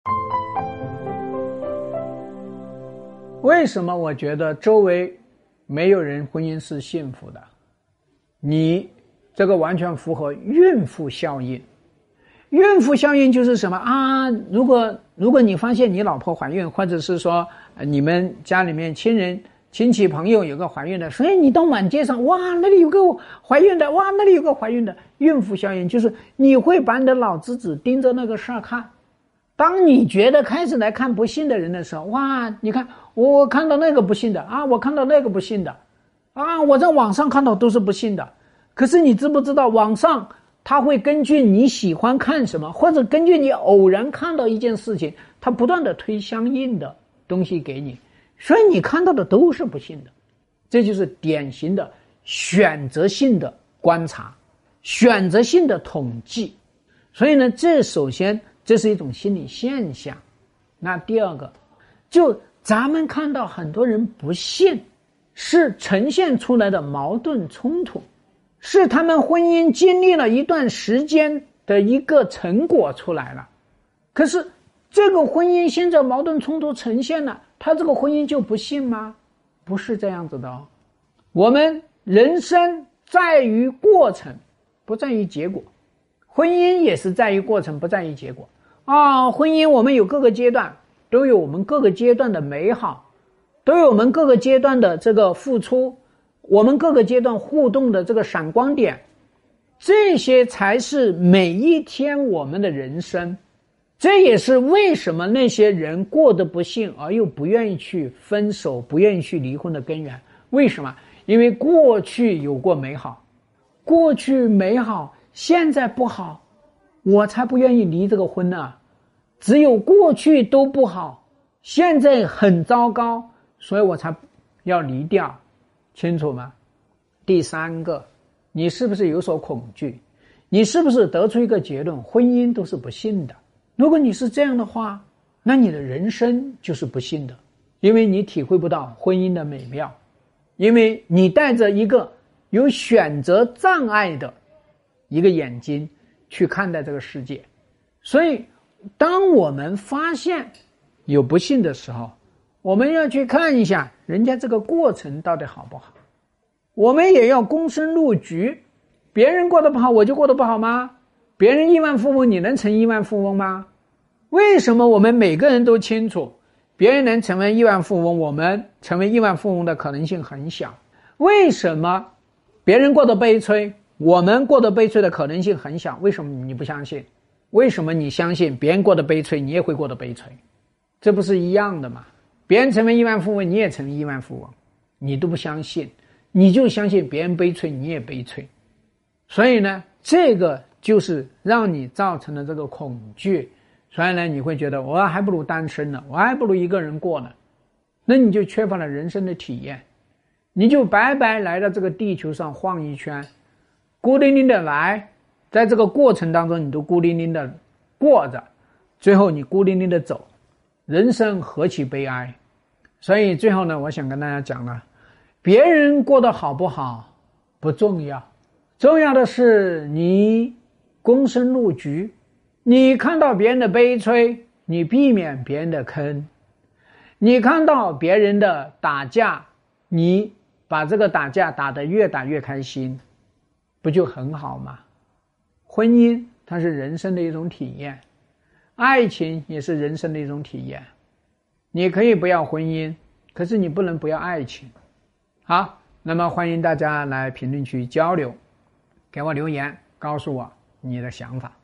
为什么我觉得周围没有人婚姻是幸福的？你这个完全符合孕妇效应。孕妇效应就是什么啊？如果你发现你老婆怀孕，或者是说你们家里面亲戚朋友有个怀孕的，所以你到满街上，哇，那里有个怀孕的，哇，那里有个怀孕的。孕妇效应就是你会把你的脑子只盯着那个事儿看。当你觉得开始来看不幸的人的时候，哇，你看我看到那个不幸的啊，我看到那个不幸的啊，我在网上看到都是不幸的。可是你知不知道，网上它会根据你喜欢看什么，或者根据你偶然看到一件事情，它不断的推相应的东西给你，所以你看到的都是不幸的。这就是典型的选择性的观察，选择性的统计。所以呢，首先这是一种心理现象。那第二个，就咱们看到很多人不幸，是呈现出来的矛盾冲突，是他们婚姻经历了一段时间的一个成果出来了。可是这个婚姻现在矛盾冲突呈现了，他这个婚姻就不幸吗？不是这样子的哦。我们人生在于过程，不在于结果。婚姻也是在于过程，不在于结果啊。婚姻我们有各个阶段，都有我们各个阶段的美好，都有我们各个阶段的这个付出，我们各个阶段互动的这个闪光点，这些才是每一天我们的人生。这也是为什么那些人过得不幸而又不愿意去分手，不愿意去离婚的根源。为什么？因为过去有过美好，过去美好，现在不好，我才不愿意离这个婚呢。只有过去都不好，现在很糟糕，所以我才要离掉，清楚吗？第三个，你是不是有所恐惧？你是不是得出一个结论，婚姻都是不幸的？如果你是这样的话，那你的人生就是不幸的，因为你体会不到婚姻的美妙，因为你带着一个有选择障碍的一个眼睛去看待这个世界。所以当我们发现有不幸的时候，我们要去看一下人家这个过程到底好不好。我们也要躬身入局，别人过得不好我就过得不好吗？别人亿万富翁你能成亿万富翁吗？为什么我们每个人都清楚别人能成为亿万富翁，我们成为亿万富翁的可能性很小？为什么别人过得悲催，我们过得悲催的可能性很小？为什么你不相信？为什么你相信别人过得悲催你也会过得悲催？这不是一样的吗？别人成为亿万富翁你也成为亿万富翁，你都不相信，你就相信别人悲催你也悲催。所以呢，这个就是让你造成的这个恐惧。所以呢，你会觉得我还不如单身呢，我还不如一个人过呢。那你就缺乏了人生的体验，你就白白来到这个地球上晃一圈，孤零零的来，在这个过程当中你都孤零零的过着，最后你孤零零的走，人生何其悲哀。所以最后呢，我想跟大家讲了，别人过得好不好不重要，重要的是你躬身入局，你看到别人的悲催，你避免别人的坑；你看到别人的打架，你把这个打架打得越打越开心，不就很好吗？婚姻它是人生的一种体验，爱情也是人生的一种体验。你可以不要婚姻，可是你不能不要爱情。好，那么欢迎大家来评论区交流，给我留言，告诉我你的想法。